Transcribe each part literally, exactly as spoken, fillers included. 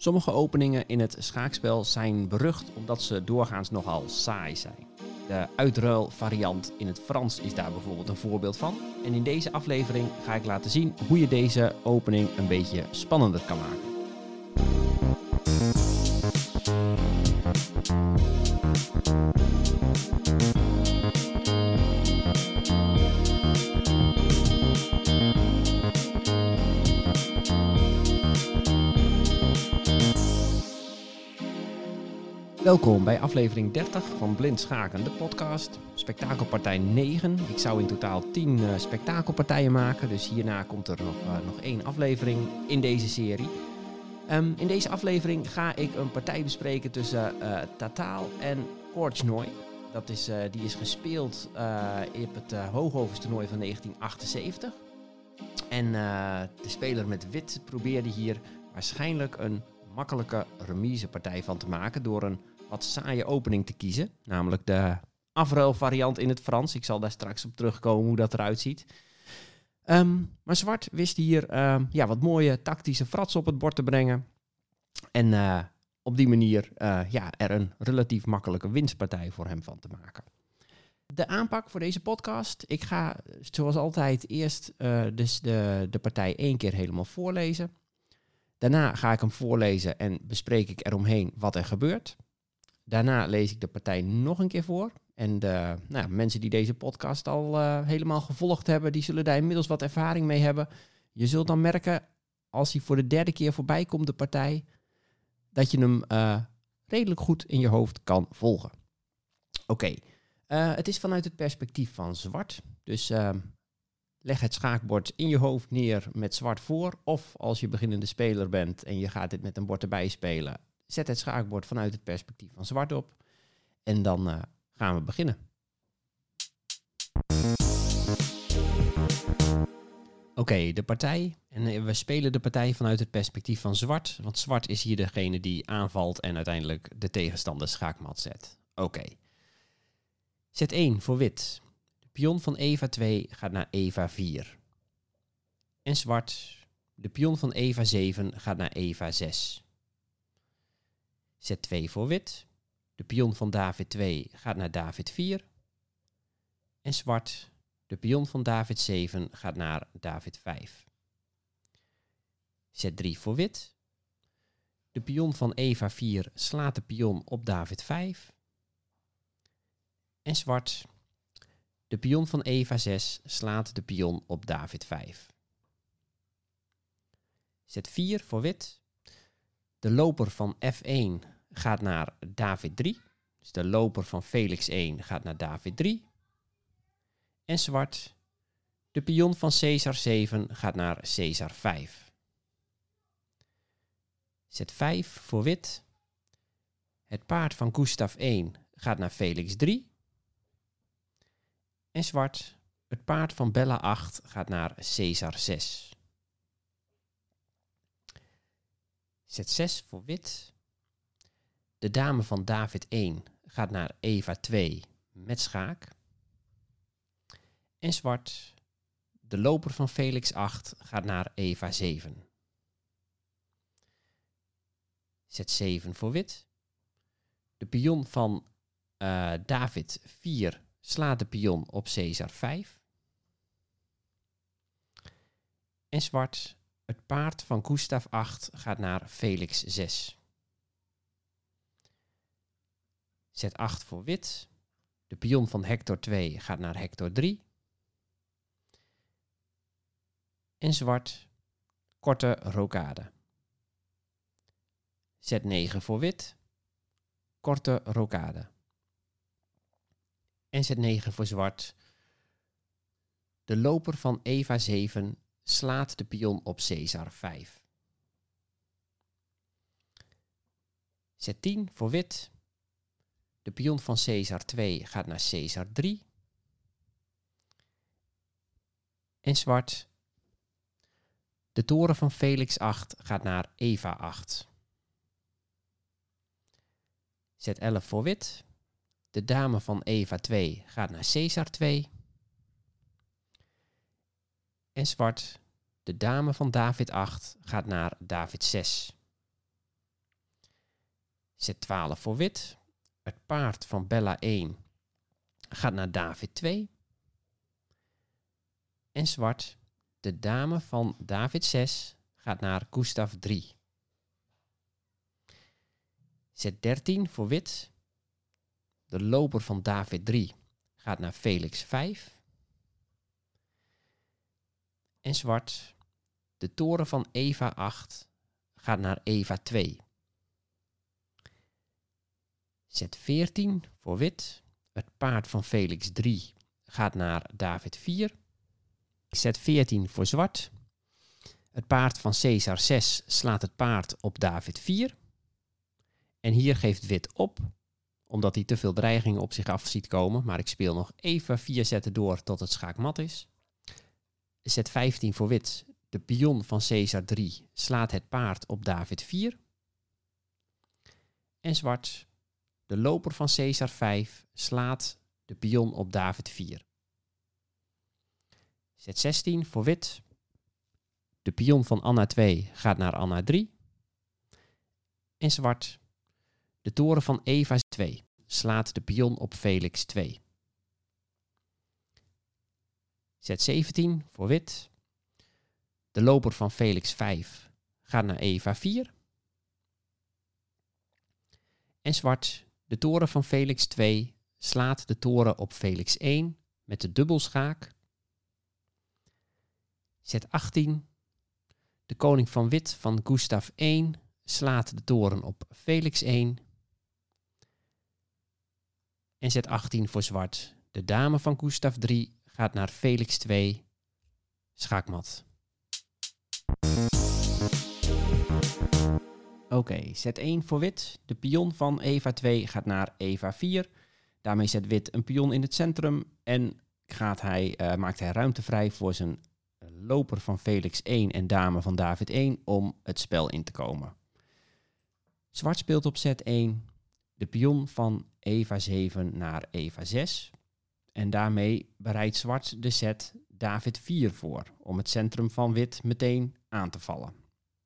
Sommige openingen in het schaakspel zijn berucht omdat ze doorgaans nogal saai zijn. De uitruilvariant in het Frans is daar bijvoorbeeld een voorbeeld van. En in deze aflevering ga ik laten zien hoe je deze opening een beetje spannender kan maken. Welkom bij aflevering dertig van Blind Schaken, de podcast. Spektakelpartij negen. Ik zou in totaal tien uh, spektakelpartijen maken, dus hierna komt er nog, uh, nog één aflevering in deze serie. Um, in deze aflevering ga ik een partij bespreken tussen uh, Tataal en Korchnoi. Dat is, uh, die is gespeeld uh, op het uh, Hoogoverstoernooi van negentien achtenzeventig. En uh, de speler met wit probeerde hier waarschijnlijk een makkelijke remisepartij van te maken door een wat saaie opening te kiezen. Namelijk de afruilvariant in het Frans. Ik zal daar straks op terugkomen hoe dat eruit ziet. Um, maar Zwart wist hier uh, ja, wat mooie tactische frats op het bord te brengen. En uh, op die manier uh, ja, er een relatief makkelijke winstpartij voor hem van te maken. De aanpak voor deze podcast. Ik ga zoals altijd eerst uh, dus de, de partij één keer helemaal voorlezen. Daarna ga ik hem voorlezen en bespreek ik eromheen wat er gebeurt. Daarna lees ik de partij nog een keer voor. En de nou, mensen die deze podcast al uh, helemaal gevolgd hebben, die zullen daar inmiddels wat ervaring mee hebben. Je zult dan merken, als hij voor de derde keer voorbij komt, de partij, dat je hem uh, redelijk goed in je hoofd kan volgen. Oké, okay. uh, het is vanuit het perspectief van Zwart. Dus Uh, leg het schaakbord in je hoofd neer met Zwart voor. Of als je beginnende speler bent en je gaat dit met een bord erbij spelen, zet het schaakbord vanuit het perspectief van Zwart op. En dan uh, gaan we beginnen. Oké, okay, de partij. En we spelen de partij vanuit het perspectief van Zwart. Want Zwart is hier degene die aanvalt en uiteindelijk de tegenstander schaakmat zet. Oké. Okay. Zet één voor wit. Pion van Eva twee gaat naar Eva vier. En Zwart, de pion van Eva zeven gaat naar Eva zes. Zet twee voor wit. De pion van David twee gaat naar David vier. En Zwart, de pion van David zeven gaat naar David vijf. Zet drie voor wit. De pion van Eva vier slaat de pion op David vijf. En Zwart, de pion van Eva zes slaat de pion op David vijf. Zet vier voor wit. De loper van F één gaat naar David drie. Dus de loper van Felix één gaat naar David drie. En Zwart, de pion van Caesar zeven gaat naar Caesar vijf. Zet vijf voor wit. Het paard van Gustav één gaat naar Felix drie. En Zwart, het paard van Bella acht gaat naar Caesar zes. Zet zes voor wit. De dame van David één gaat naar Eva twee met schaak. En Zwart, de loper van Felix acht gaat naar Eva zeven. Zet zeven voor wit. De pion van uh, David vier slaat de pion op Caesar vijf. En Zwart, het paard van Gustav acht gaat naar Felix zes. Zet acht voor wit. De pion van Hector twee gaat naar Hector drie. En Zwart, korte rokade. Zet negen voor wit. Korte rokade. En zet negen voor Zwart. De loper van Eva zeven slaat de pion op Caesar vijf. Zet tien voor wit. De pion van Caesar twee gaat naar Caesar drie. En Zwart. De toren van Felix acht gaat naar Eva acht. Zet elf voor wit. De dame van Eva twee gaat naar Caesar twee. En Zwart, de dame van David acht gaat naar David zes. zet twaalf voor wit. Het paard van Bella één gaat naar David twee. En zwart, de dame van David zes, gaat naar Gustav drie. Zet dertien voor wit. De loper van David drie gaat naar Felix vijf. En zwart, de toren van Eva acht gaat naar Eva twee. Zet veertien voor wit. Het paard van Felix drie gaat naar David vier. Zet veertien voor zwart. Het paard van Caesar zes slaat het paard op David vier. En hier geeft wit op, omdat hij te veel dreigingen op zich af ziet komen. Maar ik speel nog even vier zetten door tot het schaakmat is. Zet vijftien voor wit. De pion van Caesar drie slaat het paard op David vier. En zwart, de loper van Caesar vijf slaat de pion op David vier. Zet zestien voor wit. De pion van Anna twee gaat naar Anna drie. En zwart, de toren van Eva twee slaat de pion op Felix twee. Zet zeventien voor wit. De loper van Felix vijf gaat naar Eva vier. En zwart, de toren van Felix twee slaat de toren op Felix één met de dubbelschaak. Zet achttien. De koning van wit van Gustav één slaat de toren op Felix één. En zet achttien voor zwart. De dame van Gustav drie gaat naar Felix twee. Schaakmat. Oké, okay, zet één voor wit. De pion van Eva twee gaat naar Eva vier. Daarmee zet wit een pion in het centrum en gaat hij, uh, maakt hij ruimte vrij voor zijn loper van Felix één en dame van David één om het spel in te komen. Zwart speelt op zet één de pion van Eva zeven naar Eva zes. En daarmee bereidt zwart de set David vier voor om het centrum van wit meteen aan te vallen.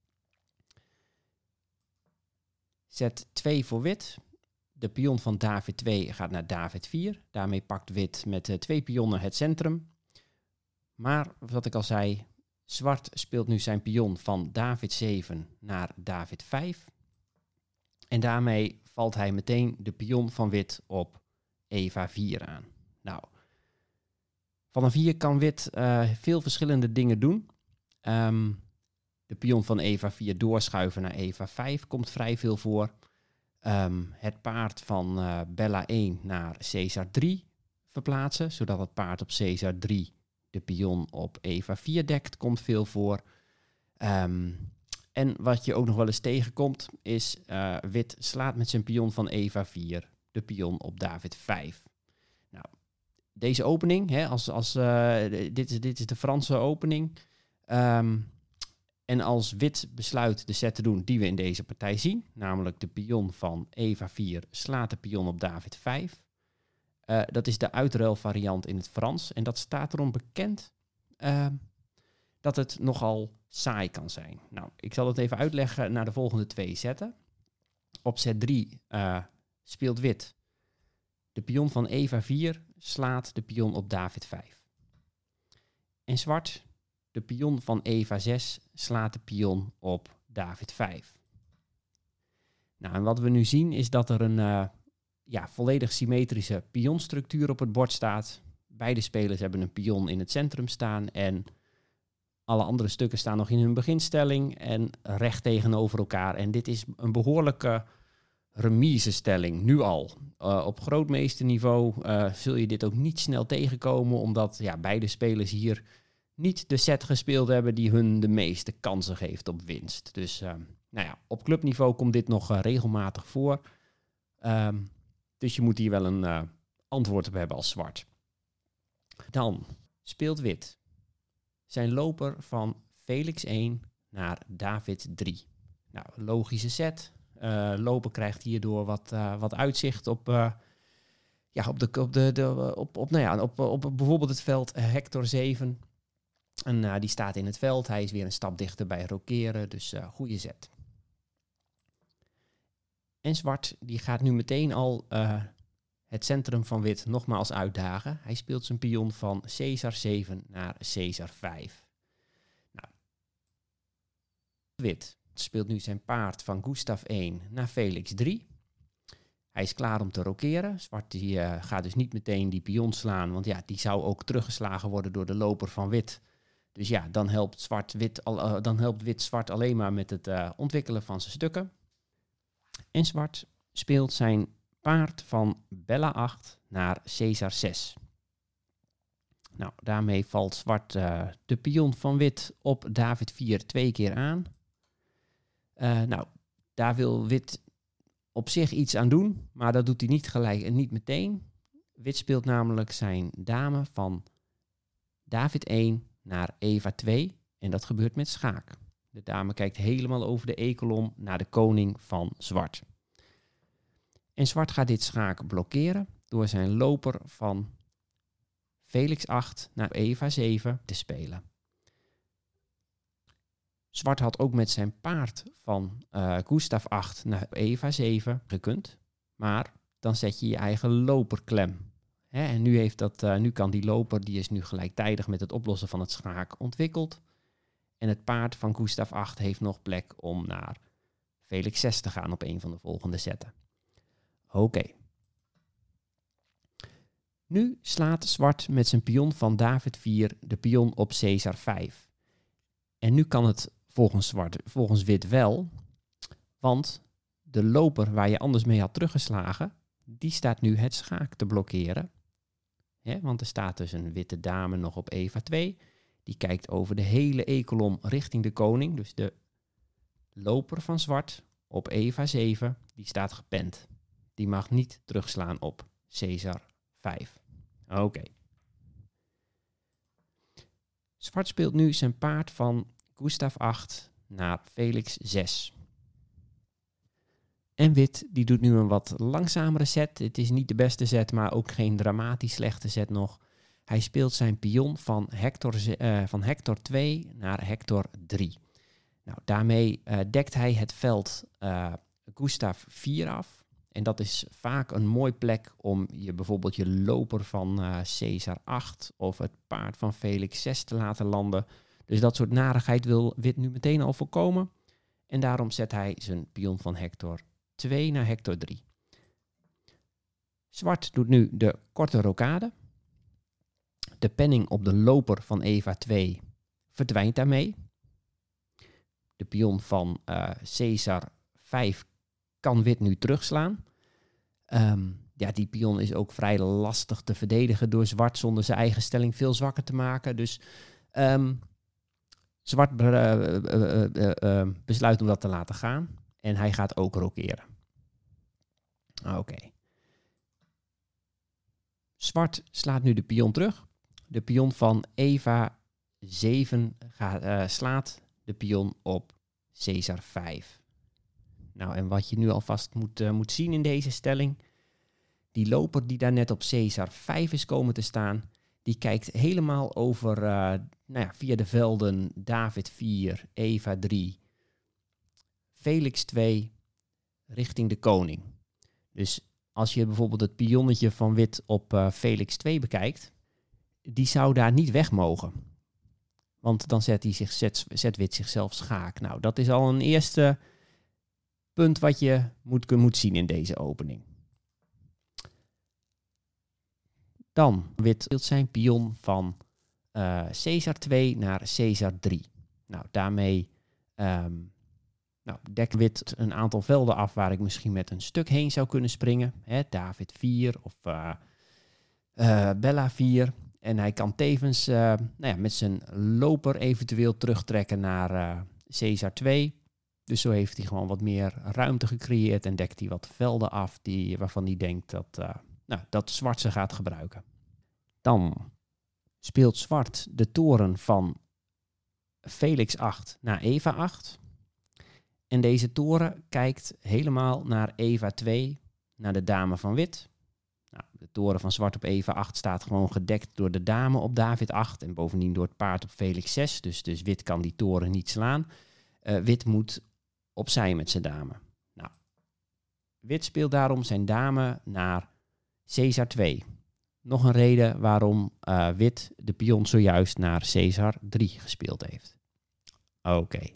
Zet twee voor wit. De pion van David twee gaat naar David vier. Daarmee pakt wit met uh, twee pionnen het centrum. Maar, wat ik al zei, zwart speelt nu zijn pion van David zeven naar David vijf. En daarmee valt hij meteen de pion van wit op Eva vier aan. Nou, vanaf hier kan wit uh, veel verschillende dingen doen. Um, de pion van Eva vier doorschuiven naar Eva vijf komt vrij veel voor. Um, het paard van uh, Bella één naar Caesar drie verplaatsen, zodat het paard op Caesar drie de pion op Eva vier dekt, komt veel voor. Um, en wat je ook nog wel eens tegenkomt, is uh, wit slaat met zijn pion van Eva vier de pion op David vijf. Nou, deze opening, hè, als, als, uh, dit, is, dit is de Franse opening. Um, en als wit besluit de set te doen die we in deze partij zien, namelijk de pion van Eva vier slaat de pion op David vijf. Uh, dat is de uitruilvariant in het Frans. En dat staat erom bekend uh, dat het nogal saai kan zijn. Nou, ik zal het even uitleggen naar de volgende twee zetten. Op zet drie uh, speelt wit. De pion van Eva vier slaat de pion op David vijf. En zwart, de pion van Eva zes slaat de pion op David vijf. Nou, en wat we nu zien is dat er een uh, ja, volledig symmetrische pionstructuur op het bord staat. Beide spelers hebben een pion in het centrum staan en alle andere stukken staan nog in hun beginstelling en recht tegenover elkaar. En dit is een behoorlijke remisestelling, nu al. Uh, op grootmeesterniveau uh, zul je dit ook niet snel tegenkomen, omdat ja, beide spelers hier niet de set gespeeld hebben die hun de meeste kansen geeft op winst. Dus uh, nou ja, op clubniveau komt dit nog uh, regelmatig voor. Um, dus je moet hier wel een uh, antwoord op hebben als zwart. Dan speelt wit zijn loper van Felix één naar David drie. Nou, logische set. Uh, loper krijgt hierdoor wat, uh, wat uitzicht op, uh, ja, op, de, op, de, de, op, op, nou ja, op, op bijvoorbeeld het veld Hector zeven. En uh, die staat in het veld. Hij is weer een stap dichter bij rokeren, dus uh, goede zet. En zwart die gaat nu meteen al uh, het centrum van wit nogmaals uitdagen. Hij speelt zijn pion van Caesar zeven naar Caesar vijf. Nou, wit speelt nu zijn paard van Gustav één naar Felix drie. Hij is klaar om te rokeren. Zwart die, uh, gaat dus niet meteen die pion slaan, want ja, die zou ook teruggeslagen worden door de loper van wit. Dus ja, dan helpt, zwart, wit, al, uh, dan helpt wit zwart alleen maar met het uh, ontwikkelen van zijn stukken. En zwart speelt zijn paard van Bella acht naar Caesar zes. Nou, daarmee valt zwart uh, de pion van wit op David vier twee keer aan. Uh, nou, daar wil wit op zich iets aan doen, maar dat doet hij niet gelijk en niet meteen. Wit speelt namelijk zijn dame van David één naar Eva twee en dat gebeurt met schaak. De dame kijkt helemaal over de e-kolom naar de koning van zwart. En zwart gaat dit schaak blokkeren door zijn loper van Felix acht naar Eva zeven te spelen. Zwart had ook met zijn paard van uh, Gustav acht naar Eva zeven gekund, maar dan zet je je eigen loper klem. Hè, en nu, heeft dat, uh, nu kan die loper, die is nu gelijktijdig met het oplossen van het schaak ontwikkeld. En het paard van Gustav acht heeft nog plek om naar Felix zes te gaan op een van de volgende zetten. Oké. Okay. Nu slaat zwart met zijn pion van David vier de pion op Caesar vijf. En nu kan het volgens, zwart, volgens wit wel, want de loper waar je anders mee had teruggeslagen, die staat nu het schaak te blokkeren. Ja, want er staat dus een witte dame nog op Eva twee. Die kijkt over de hele e-kolom richting de koning. Dus de loper van zwart op Eva zeven, die staat gepend. Die mag niet terugslaan op Caesar vijf. Oké. Okay. Zwart speelt nu zijn paard van Gustav acht naar Felix zes. En wit die doet nu een wat langzamere set. Het is niet de beste set, maar ook geen dramatisch slechte set nog. Hij speelt zijn pion van Hector, uh, van Hector twee naar Hector drie. Nou, daarmee uh, dekt hij het veld uh, Gustav vier af. En dat is vaak een mooi plek om je bijvoorbeeld je loper van uh, Caesar acht of het paard van Felix zes te laten landen. Dus dat soort narigheid wil wit nu meteen al voorkomen. En daarom zet hij zijn pion van Hector twee naar Hector drie. Zwart doet nu de korte rokade. De penning op de loper van Eva twee verdwijnt daarmee. De pion van uh, Caesar vijf kan wit nu terugslaan. Um, ja, die pion is ook vrij lastig te verdedigen door zwart zonder zijn eigen stelling veel zwakker te maken. Dus um, zwart uh, uh, uh, uh, uh, besluit om dat te laten gaan. En hij gaat ook rokeren. Oké. Okay. Zwart slaat nu de pion terug. De pion van Eva zeven gaat, uh, slaat de pion op Caesar vijf. Nou, en wat je nu alvast moet, uh, moet zien in deze stelling, die loper die daar net op Caesar vijf is komen te staan, die kijkt helemaal over, uh, nou ja, via de velden David vier, Eva drie, Felix twee, richting de koning. Dus als je bijvoorbeeld het pionnetje van wit op uh, Felix twee bekijkt, die zou daar niet weg mogen. Want dan zet, hij zich, zet, zet wit zichzelf schaak. Nou, dat is al een eerste punt wat je moet, moet zien in deze opening. Dan wit speelt zijn pion van uh, Caesar twee naar Caesar drie. Nou, daarmee um, nou, dekt wit een aantal velden af waar ik misschien met een stuk heen zou kunnen springen. Hè, David vier of uh, uh, Bella vier. En hij kan tevens uh, nou ja, met zijn loper eventueel terugtrekken naar uh, Caesar twee. Dus zo heeft hij gewoon wat meer ruimte gecreëerd en dekt hij wat velden af die, waarvan hij denkt dat, uh, nou, dat zwart ze gaat gebruiken. Dan speelt zwart de toren van Felix acht naar Eva acht. En deze toren kijkt helemaal naar Eva twee, naar de dame van wit. Nou, de toren van zwart op Eva acht staat gewoon gedekt door de dame op David acht en bovendien door het paard op Felix zes. Dus, dus wit kan die toren niet slaan. Uh, wit moet opzij met zijn dame. Nou, Wit speelt daarom zijn dame naar Caesar twee. Nog een reden waarom uh, wit de pion zojuist naar Caesar drie gespeeld heeft. Oké. Okay.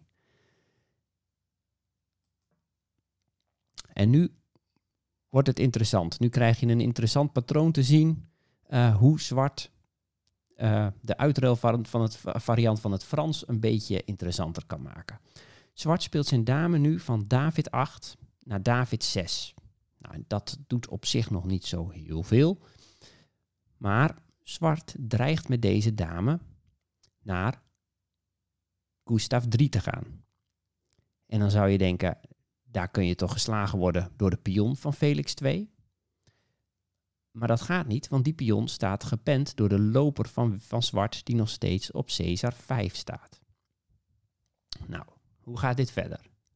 En nu wordt het interessant. Nu krijg je een interessant patroon te zien uh, hoe zwart uh, de uitruil van, van het variant van het Frans een beetje interessanter kan maken. Zwart speelt zijn dame nu van David acht naar David zes. Nou, dat doet op zich nog niet zo heel veel. Maar zwart dreigt met deze dame naar Gustav drie te gaan. En dan zou je denken, daar kun je toch geslagen worden door de pion van Felix twee. Maar dat gaat niet, want die pion staat gepend door de loper van, van zwart die nog steeds op Caesar vijf staat. Nou, hoe gaat dit verder?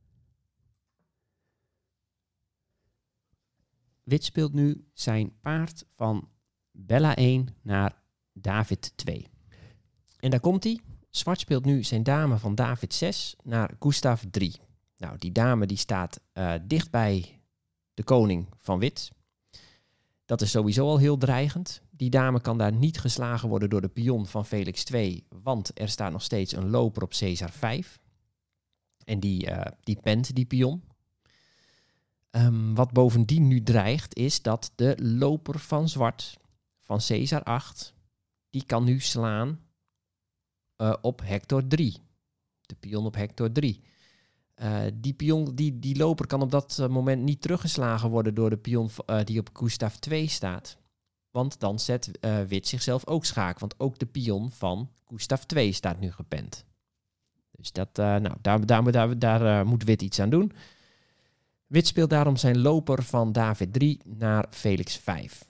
Wit speelt nu zijn paard van Bella één naar David twee. En daar komt hij. Zwart speelt nu zijn dame van David zes naar Gustav drie. Nou, die dame die staat uh, dicht bij de koning van wit. Dat is sowieso al heel dreigend. Die dame kan daar niet geslagen worden door de pion van Felix twee, want er staat nog steeds een loper op Caesar vijf. En die, uh, die pent die pion. Um, wat bovendien nu dreigt is dat de loper van zwart, van Caesar acht, die kan nu slaan uh, op Hector drie. De pion op Hector drie. Uh, die, pion, die, die loper kan op dat uh, moment niet teruggeslagen worden door de pion uh, die op Gustav twee staat. Want dan zet uh, wit zichzelf ook schaak. Want ook de pion van Gustav twee staat nu gepend. Dus dat, uh, nou, daar, daar, daar, daar uh, moet wit iets aan doen. Wit speelt daarom zijn loper van David drie naar Felix vijf.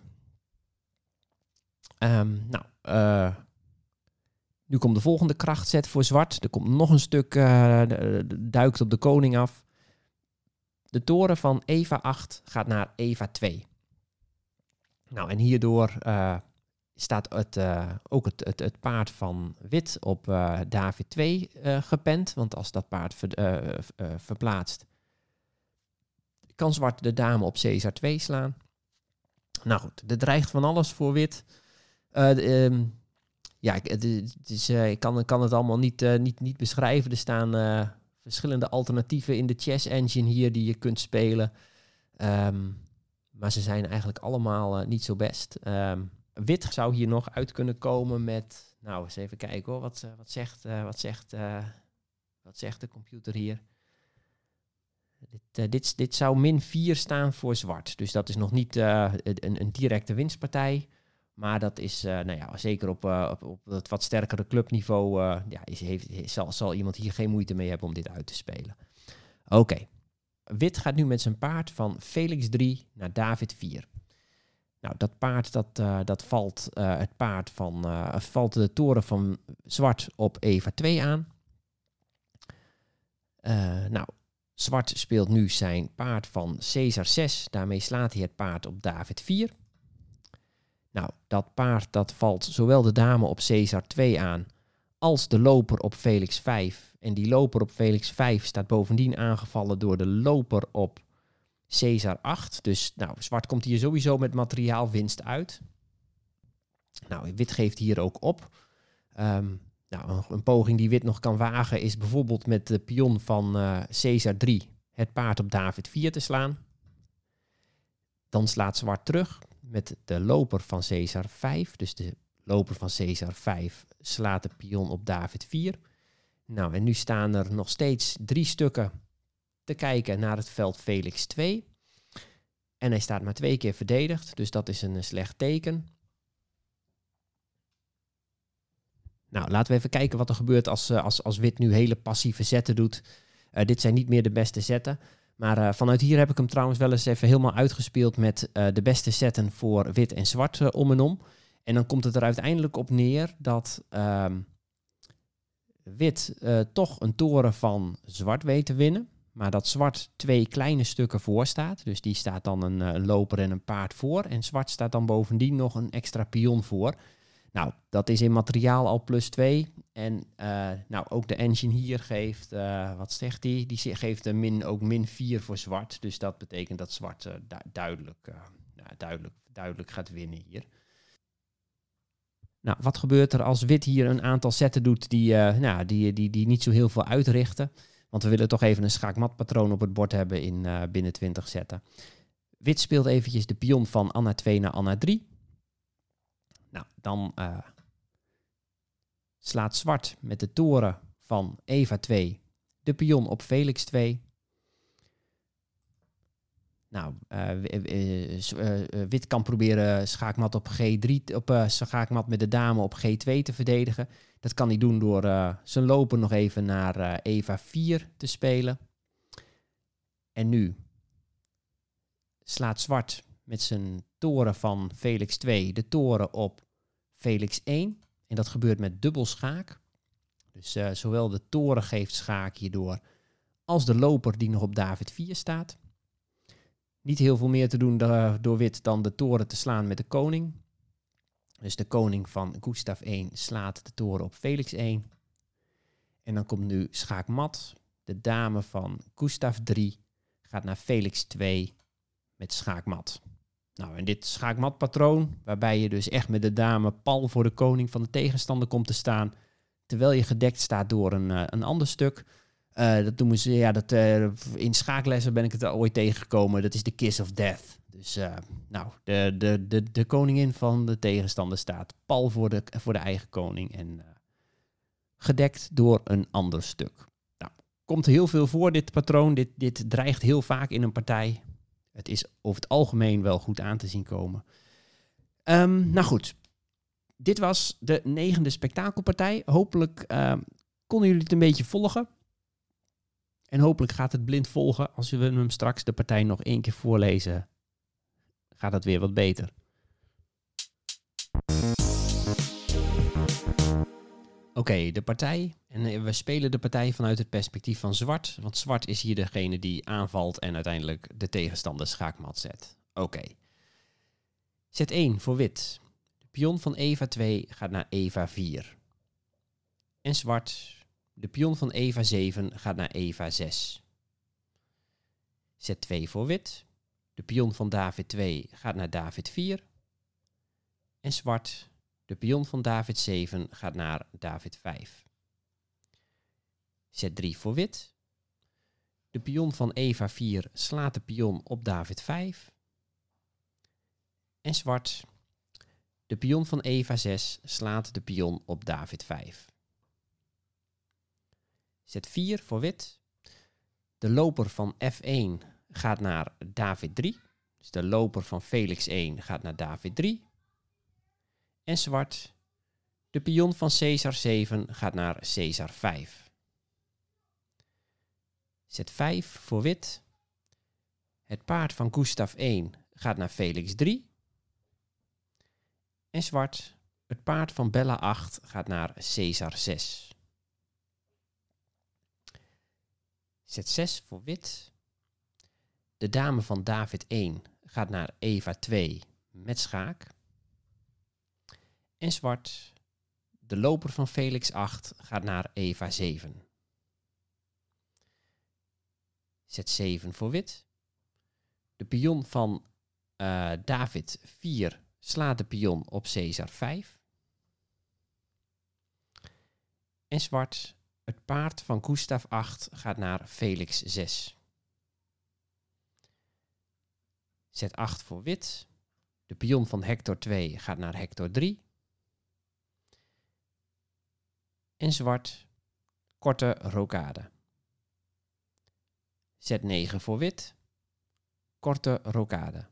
Um, nou, uh, nu komt de volgende krachtzet voor zwart. Er komt nog een stuk, uh, duikt op de koning af. De toren van Eva acht gaat naar Eva twee. Nou, en hierdoor uh, staat het, uh, ook het, het, het paard van wit op uh, David twee uh, gepend. Want als dat paard ver, uh, uh, verplaatst, kan zwart de dame op Caesar twee slaan. Nou goed, er dreigt van alles voor wit. Uh, de, um, ja, het, het is, uh, ik kan, kan het allemaal niet, uh, niet, niet beschrijven. Er staan uh, verschillende alternatieven in de chess engine hier die je kunt spelen. Um, maar ze zijn eigenlijk allemaal uh, niet zo best. Um, wit zou hier nog uit kunnen komen met... Nou, eens even kijken hoor. Wat, uh, wat, zegt, uh, wat, zegt, uh, wat zegt de computer hier? Dit, uh, dit, dit zou min vier staan voor zwart. Dus dat is nog niet uh, een, een directe winstpartij. Maar dat is, uh, nou ja, zeker op, uh, op, op het wat sterkere clubniveau... Uh, ja, is, heeft, zal, zal iemand hier geen moeite mee hebben om dit uit te spelen. Oké. Okay. Wit gaat nu met zijn paard van Felix drie naar David vier. Nou, dat paard, dat, uh, dat valt uh, het paard van... Uh, valt de toren van zwart op Eva twee aan. Uh, nou... Zwart speelt nu zijn paard van Caesar zes. Daarmee slaat hij het paard op David vier. Nou, dat paard dat valt zowel de dame op Caesar twee aan als de loper op Felix vijf. En die loper op Felix vijf staat bovendien aangevallen door de loper op Caesar acht. Dus nou, zwart komt hier sowieso met materiaalwinst uit. Nou, wit geeft hier ook op. Um, Nou, een, een poging die wit nog kan wagen is bijvoorbeeld met de pion van uh, Caesar drie het paard op David vier te slaan. Dan slaat zwart terug met de loper van Caesar vijf. Dus de loper van Caesar vijf slaat de pion op David vier. Nou, en nu staan er nog steeds drie stukken te kijken naar het veld Felix twee. En hij staat maar twee keer verdedigd, dus dat is een slecht teken. Nou, laten we even kijken wat er gebeurt als, als, als wit nu hele passieve zetten doet. Uh, dit zijn niet meer de beste zetten. Maar uh, vanuit hier heb ik hem trouwens wel eens even helemaal uitgespeeld met uh, de beste zetten voor wit en zwart uh, om en om. En dan komt het er uiteindelijk op neer dat uh, wit uh, toch een toren van zwart weet te winnen. Maar dat zwart twee kleine stukken voor staat. Dus die staat dan een, een loper en een paard voor. En zwart staat dan bovendien nog een extra pion voor. Nou, dat is in materiaal al plus twee. En uh, nou, ook de engine hier geeft, uh, wat zegt die? Die geeft een min, ook min vier voor zwart. Dus dat betekent dat zwart uh, du- duidelijk, uh, nou, duidelijk, duidelijk gaat winnen hier. Nou, wat gebeurt er als wit hier een aantal zetten doet die, uh, nou, die, die, die niet zo heel veel uitrichten? Want we willen toch even een schaakmatpatroon op het bord hebben in uh, binnen twintig zetten. Wit speelt eventjes de pion van Anna twee naar Anna drie. Nou, dan uh, slaat zwart met de toren van Eva twee de pion op Felix twee. Nou, uh, uh, uh, uh, wit kan proberen schaakmat op G drie, op uh, schaakmat met de dame op G twee te verdedigen. Dat kan hij doen door uh, zijn loper nog even naar uh, Eva vier te spelen. En nu slaat zwart met zijn toren van Felix twee de toren op Felix één. En dat gebeurt met dubbel schaak. Dus uh, zowel de toren geeft schaak hierdoor als de loper die nog op David vier staat. Niet heel veel meer te doen uh, door wit dan de toren te slaan met de koning. Dus de koning van Gustav één slaat de toren op Felix één. En dan komt nu schaakmat. De dame van Gustav drie gaat naar Felix twee met schaakmat. Nou, en dit schaakmatpatroon, waarbij je dus echt met de dame pal voor de koning van de tegenstander komt te staan, terwijl je gedekt staat door een, uh, een ander stuk. Uh, dat noemen ze, ja, dat, uh, in schaaklessen ben ik het ooit tegengekomen. Dat is de kiss of death. Dus, uh, nou, de, de, de, de koningin van de tegenstander staat pal voor de, voor de eigen koning en uh, gedekt door een ander stuk. Nou, komt heel veel voor, dit patroon. Dit, dit dreigt heel vaak in een partij. Het is over het algemeen wel goed aan te zien komen. Um, nou goed, dit was de negende spektakelpartij. Hopelijk uh, konden jullie het een beetje volgen. En hopelijk gaat het blind volgen. Als we hem straks de partij nog één keer voorlezen, gaat het weer wat beter. Oké, okay, de partij. En we spelen de partij vanuit het perspectief van zwart. Want zwart is hier degene die aanvalt en uiteindelijk de tegenstander schaakmat zet. Oké. Okay. Zet één voor wit. De pion van Eva twee gaat naar Eva vier. En zwart, de pion van Eva zeven gaat naar Eva zes. Zet twee voor wit. De pion van David twee gaat naar David vier. En zwart, de pion van David zeven gaat naar David vijf. Zet drie voor wit. De pion van Eva vier slaat de pion op David vijf. En zwart, de pion van Eva zes slaat de pion op David vijf. Zet vier voor wit. De loper van F één gaat naar David drie. Dus de loper van Felix één gaat naar David drie. En zwart, de pion van Caesar zeven gaat naar Caesar vijf. Zet vijf voor wit. Het paard van Gustav één gaat naar Felix drie. En zwart, het paard van Bella acht gaat naar Caesar zes. Zet zes voor wit. De dame van David één gaat naar Eva twee met schaak. En zwart, de loper van Felix acht gaat naar Eva zeven. Zet zeven voor wit. De pion van uh, David vier slaat de pion op Caesar vijf. En zwart, het paard van Gustav acht gaat naar Felix zes. Zet acht voor wit. De pion van Hector twee gaat naar Hector drie. En zwart, korte rokade. Zet negen voor wit. Korte rokade.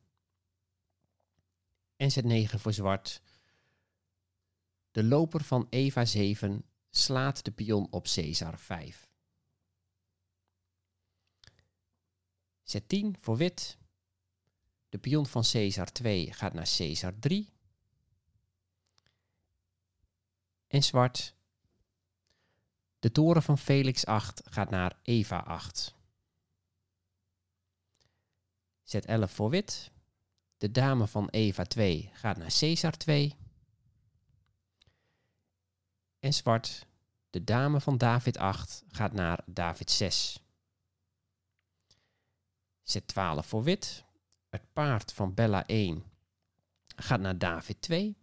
En zet negen voor zwart. De loper van Eva zeven slaat de pion op Caesar vijf. Zet tien voor wit. De pion van Caesar twee gaat naar Caesar drie. En zwart. De toren van Felix acht gaat naar Eva acht. Zet elf voor wit. De dame van Eva twee gaat naar Caesar twee. En zwart, de dame van David acht gaat naar David zes. Zet twaalf voor wit. Het paard van Bella één gaat naar David twee.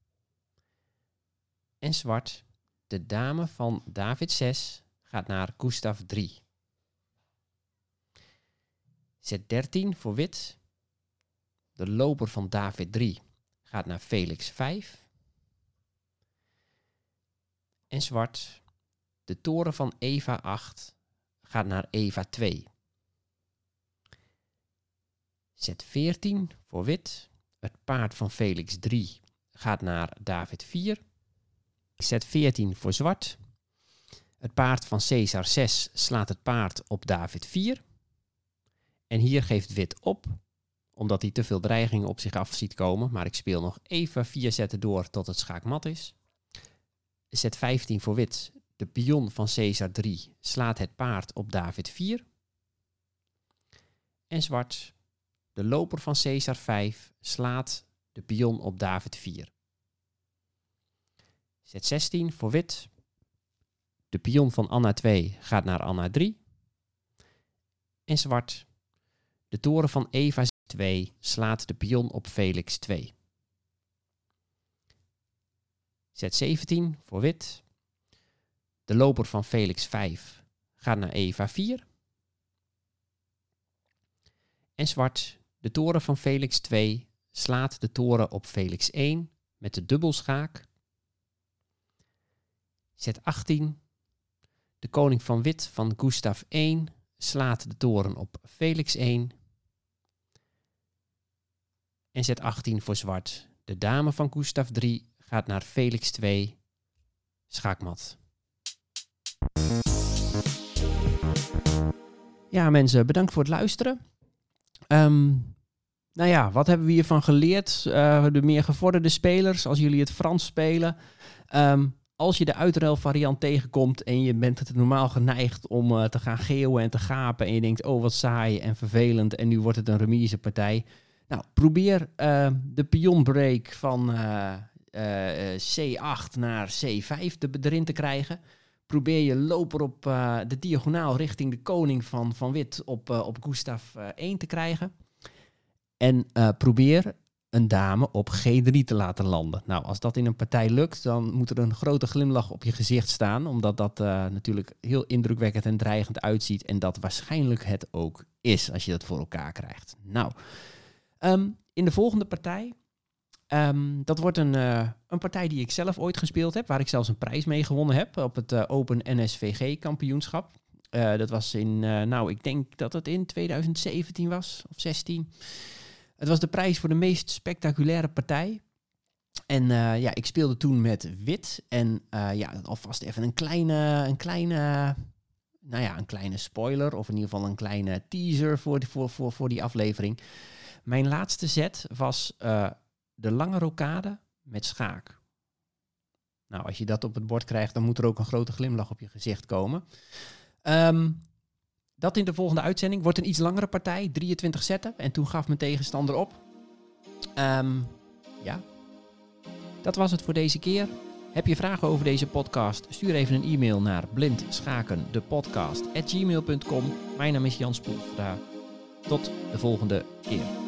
En zwart, de dame van David zes gaat naar Gustav drie. Zet dertien voor wit. De loper van David drie gaat naar Felix vijf. En zwart, de toren van Eva acht gaat naar Eva twee. Zet veertien voor wit. Het paard van Felix drie gaat naar David vier. Zet veertien voor zwart. Het paard van Caesar zes slaat het paard op David vier. En hier geeft wit op, omdat hij te veel dreigingen op zich af ziet komen. Maar ik speel nog even vier zetten door tot het schaakmat is. Zet vijftien voor wit. De pion van Caesar drie slaat het paard op David vier. En zwart, de loper van Caesar vijf slaat de pion op David vier. Zet zestien voor wit. De pion van Anna twee gaat naar Anna drie. En zwart, de toren van Eva twee slaat de pion op Felix twee. Zet zeventien voor wit. De loper van Felix vijf gaat naar Eva vier. En zwart, de toren van Felix twee slaat de toren op Felix één met de dubbelschaak. Zet achttien. De koning van wit van Gustav één slaat de toren op Felix één. En zet achttien voor zwart. De dame van Gustav drie gaat naar Felix twee. Schaakmat. Ja mensen, bedankt voor het luisteren. Um, nou ja, wat hebben we hiervan geleerd? Uh, de meer gevorderde spelers, als jullie het Frans spelen. Um, als je de uitruilvariant tegenkomt en je bent het normaal geneigd om uh, te gaan geeuwen en te gapen. En je denkt, oh wat saai en vervelend en nu wordt het een remisepartij. Nou, probeer uh, de pionbreak van uh, uh, C acht naar C vijf te, erin te krijgen. Probeer je loper op uh, de diagonaal richting de koning van, van wit op, uh, op Gustav uh, één te krijgen. En uh, probeer een dame op G drie te laten landen. Nou, als dat in een partij lukt, dan moet er een grote glimlach op je gezicht staan. Omdat dat uh, natuurlijk heel indrukwekkend en dreigend uitziet. En dat waarschijnlijk het ook is, als je dat voor elkaar krijgt. Nou, um, in de volgende partij... Um, dat wordt een, uh, een partij die ik zelf ooit gespeeld heb, waar ik zelfs een prijs mee gewonnen heb op het uh, Open N S V G-kampioenschap. Uh, dat was in, uh, nou, ik denk dat het in twintig zeventien was, of zestien. Het was de prijs voor de meest spectaculaire partij. En uh, ja, ik speelde toen met wit. En uh, ja, alvast even een kleine, een kleine, nou ja, een kleine spoiler, of in ieder geval een kleine teaser voor die, voor, voor, voor die aflevering. Mijn laatste zet was... Uh, de lange rokade met schaak. Nou, als je dat op het bord krijgt, dan moet er ook een grote glimlach op je gezicht komen. Um, dat in de volgende uitzending. Wordt een iets langere partij, drieëntwintig zetten. En toen gaf mijn tegenstander op. Um, ja, dat was het voor deze keer. Heb je vragen over deze podcast? Stuur even een e-mail naar blindschakendepodcast at gmail punt com. Mijn naam is Jan Spoelstra. Tot de volgende keer.